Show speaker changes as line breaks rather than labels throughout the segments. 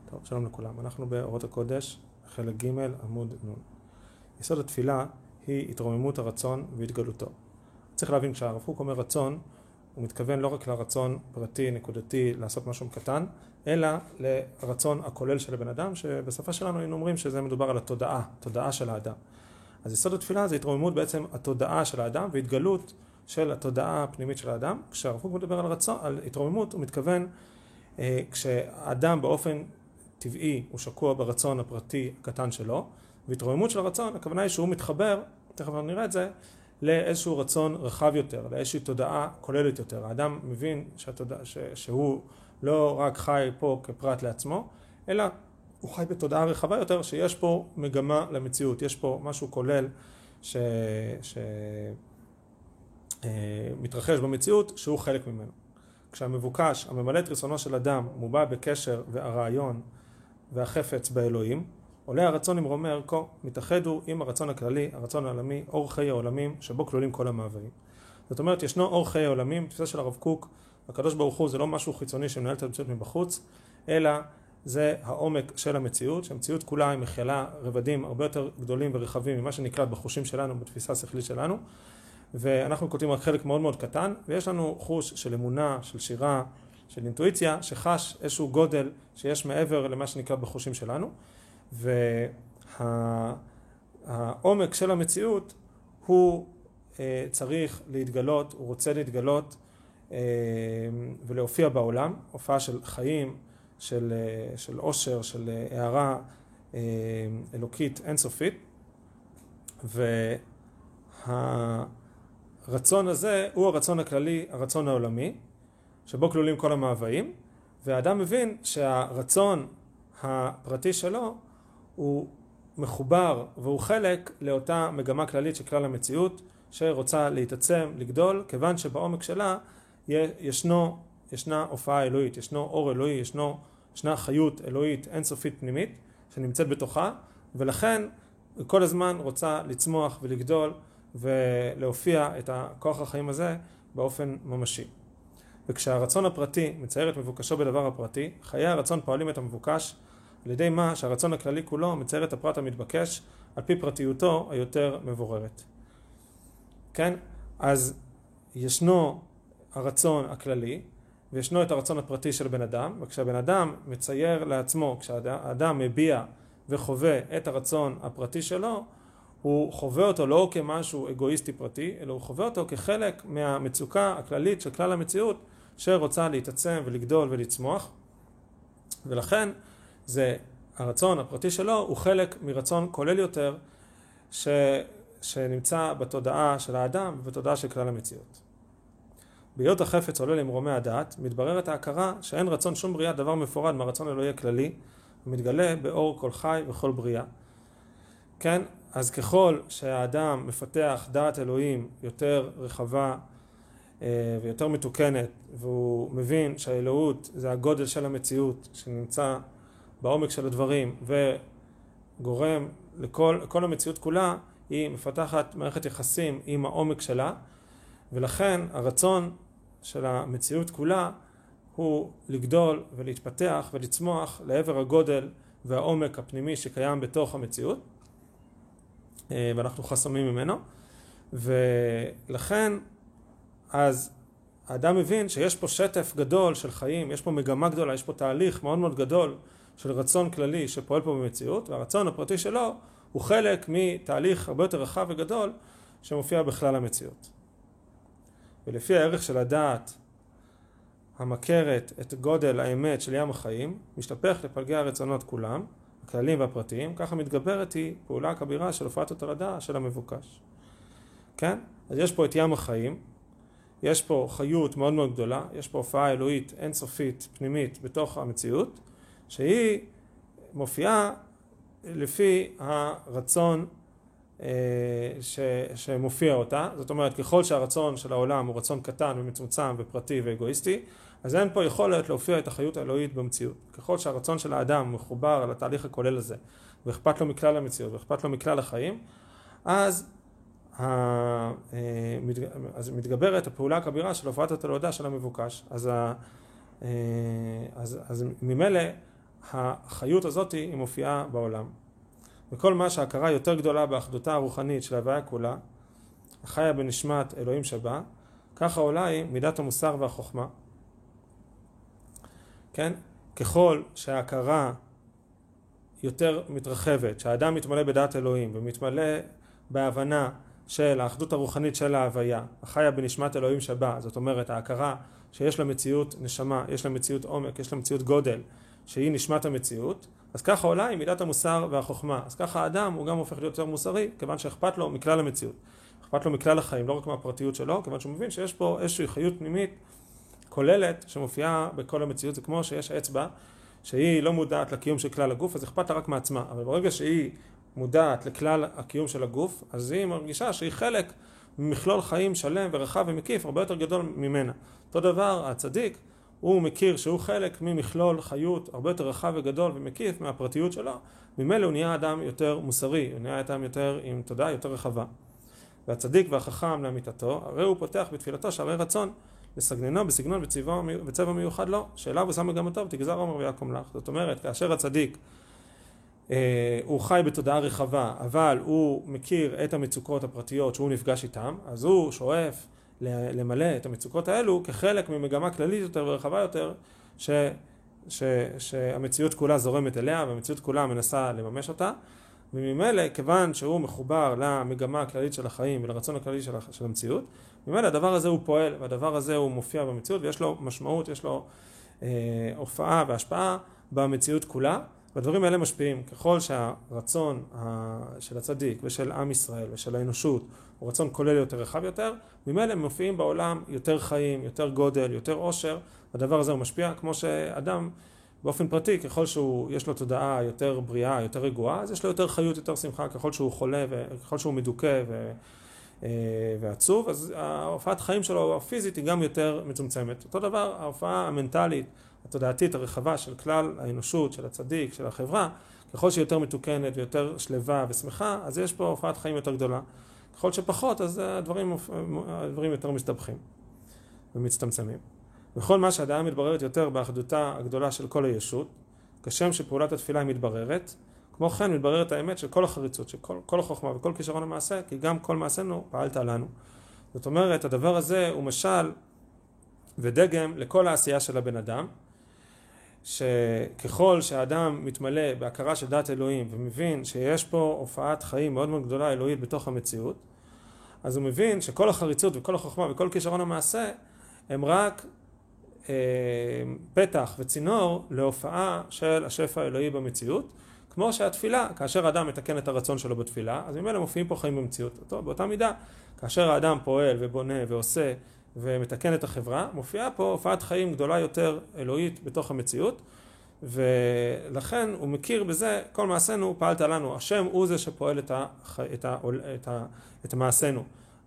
טוב, שלום לכולם. אנחנו באורות הקודש, חלק ג' עמוד נ'. יסוד התפילה היא התרוממות הרצון והתגלותו. צריך להבין, כשהרב קוק אומר רצון, הוא מתכוון לא רק לרצון פרטי, נקודתי, לעשות משהו קטן, אלא לרצון הכולל של הבן אדם, שבשפה שלנו היינו אומרים שזה מדובר על התודעה, תודעה של האדם. אז יסוד התפילה זה התרוממות בעצם התודעה של האדם והתגלות של התודעה הפנימית של האדם. כשהרב קוק מדבר על רצון, על התרוממות, הוא מתכוון כשהאדם באופן טבעי הוא שקוע ברצון הפרטי הקטן שלו, והתרוממות של הרצון, הכוונה היא שהוא מתחבר, תכף נראה את זה, לאיזשהו רצון רחב יותר, לאיזושהי תודעה כוללת יותר. האדם מבין שהוא לא רק חי פה כפרט לעצמו, אלא הוא חי בתודעה רחבה יותר, שיש פה מגמה למציאות, יש פה משהו כולל שמתרחש במציאות שהוא חלק ממנו. כשהמבוקש, הממלא את רצונו של אדם, מובע בקשר והרעיון והחפץ באלוהים, עולה הרצון עם רומי ערכו, מתאחדו עם הרצון הכללי, הרצון העולמי, אור חיי העולמים, שבו כלולים כל המאוויים. זאת אומרת, ישנו אור חיי העולמים, תפיסה של הרב קוק, הקדוש ברוך הוא זה לא משהו חיצוני שמנהל את המציאות מבחוץ, אלא זה העומק של המציאות, שהמציאות כולה היא מכילה רבדים הרבה יותר גדולים ורחבים ממה שנקלט בחושים שלנו, בתפיסה השכלית שלנו, ואנחנו כותבים רק חלק מאוד מאוד קטן, ויש לנו חוש של אמונה, של שירה, של אינטואיציה, שחש איזשהו גודל שיש מעבר למה שנקרא בחושים שלנו, והעומק של המציאות הוא צריך להתגלות, הוא רוצה להתגלות ולהופיע בעולם, הופעה של חיים, של עושר, של הערה אלוקית אינסופית, והרצון הזה הוא הרצון הכללי, הרצון העולמי, שבו כלולים כל המאוויים, והאדם מבין שהרצון הפרטי שלו הוא מחובר והוא חלק לאותה מגמה כללית של כלל המציאות שרוצה להתעצם, לגדול, כיוון שבעומק שלה ישנה הופעה אלוהית, ישנו אור אלוהי, ישנה חיות אלוהית אינסופית פנימית שנמצאת בתוכה, ולכן כל הזמן רוצה לצמוח ולגדול ולהופיע את הכוח החיים הזה באופן ממשי. וכשהרצון הפרטי מצייר את מבוקשו בדבר הפרטי, חיי הרצון פועלים את המבוקש על ידי מה שהרצון הכללי כולו מצייר את הפרט המתבקש על פי פרטיותו היותר מבוררת. כן? אז ישנו הרצון הכללי וישנו את הרצון הפרטי של בן אדם, וכשהבן אדם מצייר לעצמו, כשהאדם מביע וחווה את הרצון הפרטי שלו, הוא חווה אותו לא כמשהו אגואיסטי פרטי, אלא הוא חווה אותו כחלק מהמצוקה הכללית של כלל המציאות שרוצה להתעצם ולגדול ולצמוח, ולכן הרצון הפרטי שלו הוא חלק מרצון כולל יותר שנמצא בתודעה של האדם ובתודעה של כלל המציאות. בהיות החפץ עולה למרומי הדעת, מתבררת ההכרה שאין רצון שום בריאה דבר מפורד מהרצון אלוהי הכללי, ומתגלה באור כל חי וכל בריאה. כן? אז ככל שהאדם מפתח דעת אלוהים יותר רחבה ויותר מתוקנת, והוא מבין שהאלוהות זה הגודל של המציאות שנמצא בעומק של הדברים וגורם לכל המציאות כולה, היא מפתחת מערכת יחסים עם העומק שלה, ולכן הרצון של המציאות כולה הוא לגדול ולהתפתח ולצמוח לעבר הגודל והעומק הפנימי שקיים בתוך המציאות, ואנחנו חסומים ממנו, ולכן אז האדם מבין שיש פה שטף גדול של חיים, יש פה מגמה גדולה, יש פה תהליך מאוד מאוד גדול של רצון כללי שפועל פה במציאות, והרצון הפרטי שלו הוא חלק מתהליך הרבה יותר רחב וגדול שמופיע בכלל המציאות. ולפי הערך של הדעת המכרת את גודל האמת של ים החיים, משתפך לפלגי הרצונות כולם, הכלליים והפרטיים, ככה מתגברת היא פעולה כבירה של הופעת התולדה של המבוקש. כן? אז יש פה את ים החיים, יש פה חיות מאוד מאוד גדולה, יש פה הופעה אלוהית אינסופית פנימית בתוך המציאות, שהיא מופיעה לפי הרצון שמופיע אותה. זאת אומרת, ככל שהרצון של העולם הוא רצון קטן ומצומצם ופרטי ואגואיסטי, אז אין פה יכולת להופיע את החיות האלוהית במציאות. ככל שהרצון של האדם מחובר על התהליך הכולל הזה, ואכפת לו מכלל המציאות, ואכפת לו מכלל החיים, אז מתגברת הפעולה הכבירה של הופעת התולדה של המבוקש. אז ממילא החיות הזאת היא מופיעה בעולם. וכל מה שההכרה יותר גדולה באחדותה הרוחנית של ההוויה כולה, החיה בנשמת אלוהים שבה, ככה עולה היא מידת המוסר והחוכמה. כן? ככל שההכרה יותר מתרחבת, שהאדם מתמלא בדעת אלוהים ומתמלא בהבנה של האחדות הרוחנית של ההוויה, החיה בנשמת אלוהים שבה, זאת אומרת ההכרה שיש לה מציאות נשמה, יש לה מציאות עומק, יש לה מציאות גודל, שהיא נשמת המציאות, אז ככה עולה היא מידת המוסר והחוכמה. אז ככה האדם הוא גם הופך להיות יותר מוסרי, כיוון שאכפת לו מכלל המציאות. אכפת לו מכלל החיים, לא רק מהפרטיות שלו, כיוון שהוא מבין שיש פה איזושהי חיות פנימית כוללת שמופיעה בכל המציאות. זה כמו שיש אצבע שהיא לא מודעת לקיום של כלל הגוף, אז אכפת לה רק מעצמה. אבל ברגע שהיא מודעת לכלל הקיום של הגוף, אז היא מרגישה שהיא חלק ממכלול חיים שלם ורחב ומקיף, הרבה יותר גדול ממנה. אותו דבר, הצדיק, הוא מכיר שהוא חלק ממכלול חיות הרבה יותר רחב וגדול ומקיף מהפרטיות שלו, ממילא הוא נהיה אדם יותר מוסרי, הוא נהיה אדם יותר עם תודעה יותר רחבה. והצדיק והחכם לאמיתתו, הרי הוא פותח בתפילתו שערי רצון, לסגננו בסגנון וצבע מיוחד לו, שאליו הוא שם מגמתו ותגזר עומר ויקום לך. זאת אומרת, כאשר הצדיק הוא חי בתודעה רחבה, אבל הוא מכיר את המצוקות הפרטיות שהוא נפגש איתם, אז הוא שואף למלא את המצוקות האלו כחלק ממגמה כללית יותר ורחבה יותר, שהמציאות כולה זורמת אליה והמציאות כולה מנסה לממש אותה, וממילא כיוון שהוא מחובר למגמה הכללית של החיים ולרצון הכללי של המציאות, ממילא הדבר הזה הוא פועל והדבר הזה הוא מופיע במציאות ויש לו משמעות, יש לו הופעה והשפעה במציאות כולה, והדברים האלה משפיעים. ככל שהרצון של הצדיק ושל עם ישראל ושל האנושות הוא רצון כולל יותר רחב יותר, ממילא הם מופיעים בעולם יותר חיים, יותר גודל, יותר עושר, והדבר הזה הוא משפיע. כמו שאדם באופן פרטי, ככל שיש לו תודעה יותר בריאה, יותר רגועה, אז יש לו יותר חיות, יותר שמחה. ככל שהוא חולה וככל שהוא מדוכא ועצוב, אז ההופעת חיים שלו הפיזית היא גם יותר מצומצמת. אותו דבר, ההופעה המנטלית, התודעתית הרחבה של כלל האנושות, של הצדיק, של החברה, ככל שהיא יותר מתוקנת ויותר שלווה ושמחה, אז יש פה הופעת חיים יותר גדולה. ככל שפחות, אז הדברים יותר מסתבכים ומצטמצמים. בכל מה שהדעה מתבררת יותר באחדותה הגדולה של כל הישות, כשם שפעולת התפילה היא מתבררת, כמו כן מתבררת האמת של כל החריצות, של כל החוכמה וכל כישרון המעשה, כי גם כל מעשינו פעלת לנו. זאת אומרת, הדבר הזה הוא משל ודגם לכל העשייה של הבן אדם, שככל שהאדם מתמלא בהכרה של דעת אלוהים ומבין שיש פה הופעת חיים מאוד מאוד גדולה אלוהית בתוך המציאות, אז הוא מבין שכל החריצות וכל החוכמה וכל כישרון המעשה הם רק פתח וצינור להופעה של השפע האלוהי במציאות, כמו שהתפילה, כאשר האדם מתקן את הרצון שלו בתפילה, אז ממילא מופיעים פה חיים במציאות. באותה מידה, כאשר האדם פועל ובונה ועושה ומתקן את החברה, מופיעה פה הופעת חיים גדולה יותר אלוהית בתוך המציאות, ולכן הוא מכיר בזה, כל מעשינו פעלת לנו, השם הוא זה שפועל את מעשינו.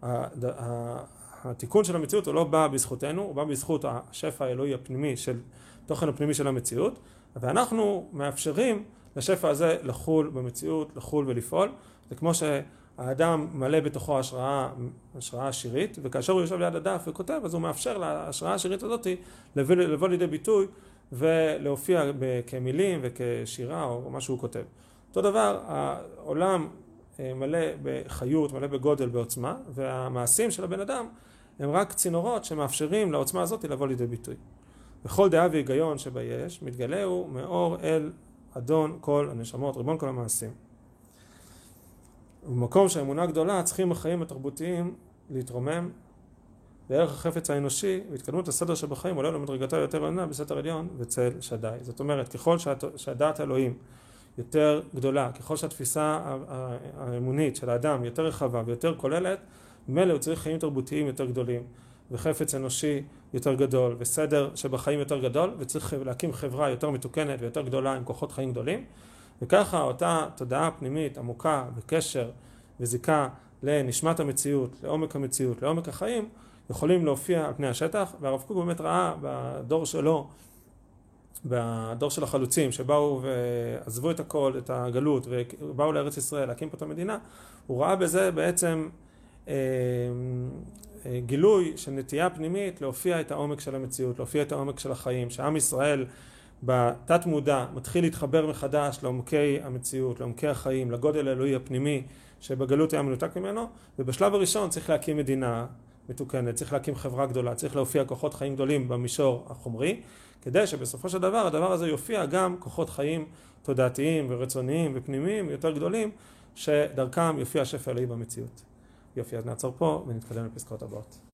התיקון של המציאות הוא לא בא בזכותנו, הוא בא בזכות השפע האלוהי הפנימי של תוכן הפנימי של המציאות, ואנחנו מאפשרים לשפע הזה לחול במציאות, לחול ולפעול. זה כמו שהאדם מלא בתוכו השראה עשירית, וכאשר הוא יושב ליד הדף וכותב, אז הוא מאפשר להשראה העשירית הזאת לבוא לידי ביטוי ולהופיע כמילים וכשירה או מה שהוא כותב. אותו דבר, העולם מלא בחיות, מלא בגודל, בעוצמה, והמעשים של הבן אדם הם רק צינורות שמאפשרים לעוצמה הזאת לבוא לידי ביטוי. בכל דעה והיגיון שבה יש, מתגלה הוא מאור אל אדון כל הנשמות, ריבון כל המעשים. ובמקום שהאמונה גדולה, צריכים החיים התרבותיים להתרומם לערך החפץ האנושי, והתקדמות הסדר שבחיים עולה למדרגתו יותר עליונה בסתר עליון וצל שדי. זאת אומרת, ככל שהדעת האלוהים יותר גדולה, ככל שהתפיסה האמונית של האדם יותר רחבה ויותר כוללת, ממילא הוא צריך חיים תרבותיים יותר גדולים, וחפץ אנושי יותר גדול, וסדר שבחיים יותר גדול, וצריך להקים חברה יותר מתוקנת ויותר גדולה עם כוחות חיים גדולים, וככה אותה תודעה פנימית עמוקה וקשר וזיקה לנשמת המציאות, לעומק המציאות, לעומק החיים, יכולים להופיע על פני השטח. והרב קוק באמת ראה בדור שלו, בדור של החלוצים שבאו ועזבו את הכל, את הגלות, ובאו לארץ ישראל להקים פה את המדינה, הוא ראה בזה בעצם גילוי של נטייה פנימית להופיע את העומק של המציאות, להופיע את העומק של החיים, שעם ישראל בתת מודע מתחיל להתחבר מחדש לעומקי המציאות, לעומקי החיים, לגודל האלוהי הפנימי שבגלות היה מנותק ממנו, ובשלב הראשון צריך להקים מדינה מתוקנת, צריך להקים חברה גדולה, צריך להופיע כוחות חיים גדולים במישור החומרי, כדי שבסופו של דבר הדבר הזה יופיע גם כוחות חיים תודעתיים ורצוניים ופנימיים יותר גדולים, שדרכם יופיע השפע האלוהי במציאות. יופי, אז נעצור פה ונתקדם לפסקאות הבאות.